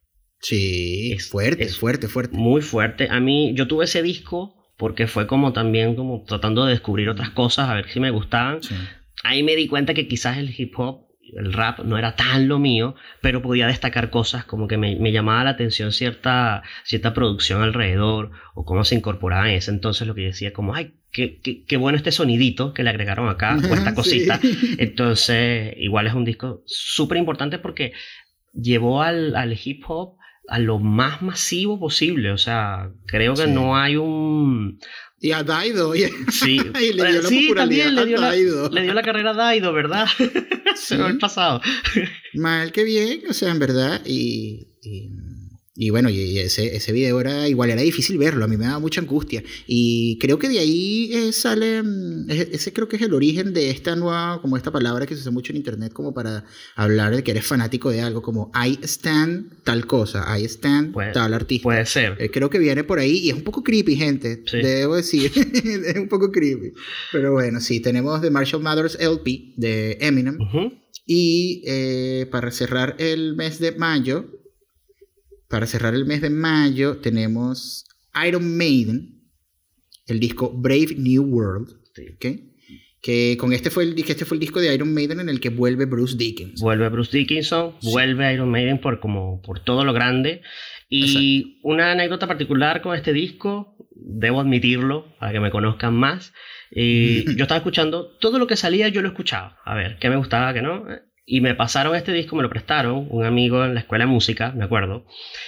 Sí, es fuerte, es fuerte, fuerte. Muy fuerte. A mí, yo tuve ese disco porque fue como también como tratando de descubrir otras cosas, a ver si me gustaban. Sí. Ahí me di cuenta que quizás el hip hop, el rap, no era tan lo mío, pero podía destacar cosas como que me, me llamaba la atención cierta, cierta producción alrededor, o cómo se incorporaba en ese entonces lo que yo decía, como, ay, qué, qué, qué bueno este sonidito que le agregaron acá, o esta cosita. Sí. Entonces, igual es un disco súper importante porque llevó al, al hip hop a lo más masivo posible. O sea, creo que sí. no hay un... Y a Daido. Y... Sí, y le dio la sí también le dio a Daido. La, le dio la carrera a Daido, ¿verdad? Se me ha pasado. Mal que bien, o sea, en verdad. Y... y... Y bueno, y ese, ese video era igual, era difícil verlo, a mí me daba mucha angustia. Y creo que de ahí eh, sale, ese creo que es el origen de esta nueva, como esta palabra que se usa mucho en internet como para hablar de que eres fanático de algo, como I stand tal cosa, I stand puede, tal artista. Puede ser. Eh, creo que viene por ahí y es un poco creepy, gente, sí. debo decir, es un poco creepy. Pero bueno, sí, tenemos The Marshall Mathers L P de Eminem. Uh-huh. Y eh, para cerrar el mes de mayo, Para cerrar el mes de mayo tenemos Iron Maiden, el disco Brave New World, ¿okay? Que con este fue, el, que este fue el disco de Iron Maiden en el que vuelve Bruce Dickinson. Vuelve Bruce Dickinson, sí. vuelve Iron Maiden por, como, por todo lo grande. Y exacto. Una anécdota particular con este disco, debo admitirlo, para que me conozcan más. Y yo estaba escuchando, todo lo que salía yo lo escuchaba. A ver, qué me gustaba, qué no. Y me pasaron este disco, me lo prestaron, un amigo en la escuela de música, me acuerdo.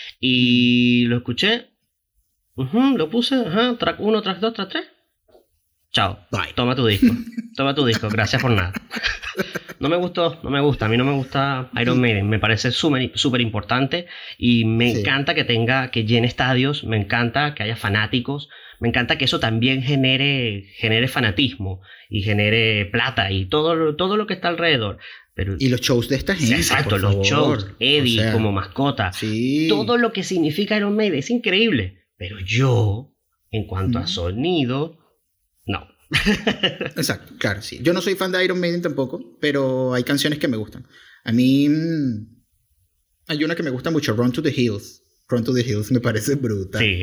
Y lo escuché, uh-huh, lo puse, uh-huh, track uno, track dos, track tres. Chao, bye. Toma tu disco, toma tu disco, gracias por nada. No me gustó, no me gusta, a mí no me gusta Iron Maiden, me parece súper importante y me sí. encanta que tenga, que llene estadios, me encanta que haya fanáticos, me encanta que eso también genere, genere fanatismo y genere plata y todo, todo lo que está alrededor. Pero, y los shows de esta gente. Exacto, los favor. shows, Eddie o sea, como mascota, sí. todo lo que significa Iron Maiden es increíble, pero yo, en cuanto mm. a sonido, no. Exacto, claro, sí. Yo no soy fan de Iron Maiden tampoco, pero hay canciones que me gustan. A mí mmm, hay una que me gusta mucho, Run to the Hills. Run to the Hills me parece brutal. Sí,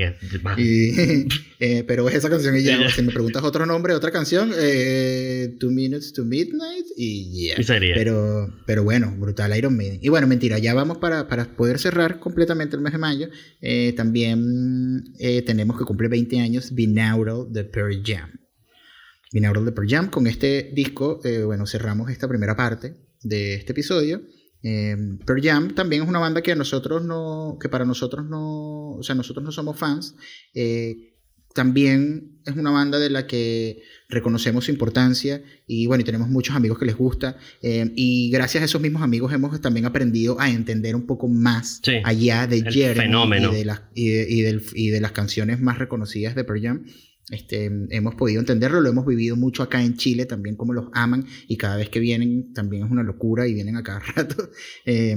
y, eh, pero es esa canción y ya. Si me preguntas otro nombre, otra canción, eh, Two Minutes to Midnight y ya. Yeah. Pero, pero bueno, brutal Iron Maiden. Y bueno, mentira, ya vamos para, para poder cerrar completamente el mes de mayo. Eh, también eh, tenemos que cumplir veinte años Binaural de Pearl Jam. Binaural de Pearl Jam. Con este disco, eh, bueno, cerramos esta primera parte de este episodio. Eh, Pearl Jam también es una banda que a nosotros no, que para nosotros no, o sea, nosotros no somos fans. Eh, también es una banda de la que reconocemos su importancia y bueno, y tenemos muchos amigos que les gusta. Eh, y gracias a esos mismos amigos hemos también aprendido a entender un poco más sí, allá de Jeremy y de, las, y, de, y, del, y de las canciones más reconocidas de Pearl Jam. Este, hemos podido entenderlo, lo hemos vivido mucho acá en Chile también, como los aman, y cada vez que vienen también es una locura y vienen a cada rato. Eh,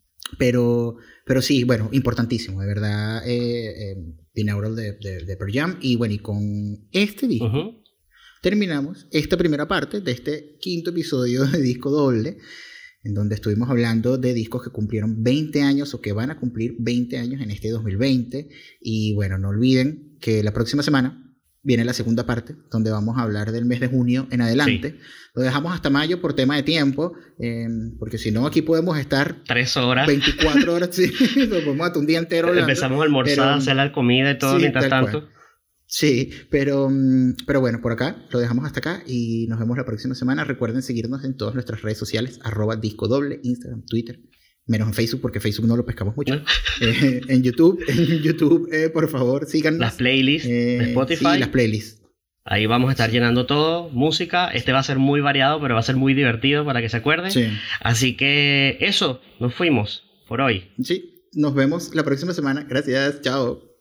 pero, pero sí, bueno, importantísimo, de verdad, eh, eh, Binaural de, de, de Pearl Jam. Y bueno, y con este disco uh-huh. terminamos esta primera parte de este quinto episodio de Disco Doble, en donde estuvimos hablando de discos que cumplieron veinte años o que van a cumplir veinte años en este dos mil veinte. Y bueno, no olviden que la próxima semana viene la segunda parte, donde vamos a hablar del mes de junio en adelante. Sí. Lo dejamos hasta mayo por tema de tiempo, eh, porque si no, aquí podemos estar... Tres horas. veinticuatro horas, sí. Nos podemos hasta un día entero hablando. Empezamos a almorzar, pero, hacer la comida y todo sí, mientras tanto. Cual. Sí, pero, pero bueno, por acá lo dejamos hasta acá y nos vemos la próxima semana. Recuerden seguirnos en todas nuestras redes sociales, arroba disco doble, Instagram, Twitter, menos en Facebook, porque Facebook no lo pescamos mucho. eh, en YouTube, en YouTube, eh, por favor, síganos. Las playlists eh, de Spotify. Sí, las playlists. Ahí vamos a estar llenando todo, música. Este va a ser muy variado, pero va a ser muy divertido para que se acuerden. Sí. Así que eso, nos fuimos por hoy. Sí, nos vemos la próxima semana. Gracias, chao.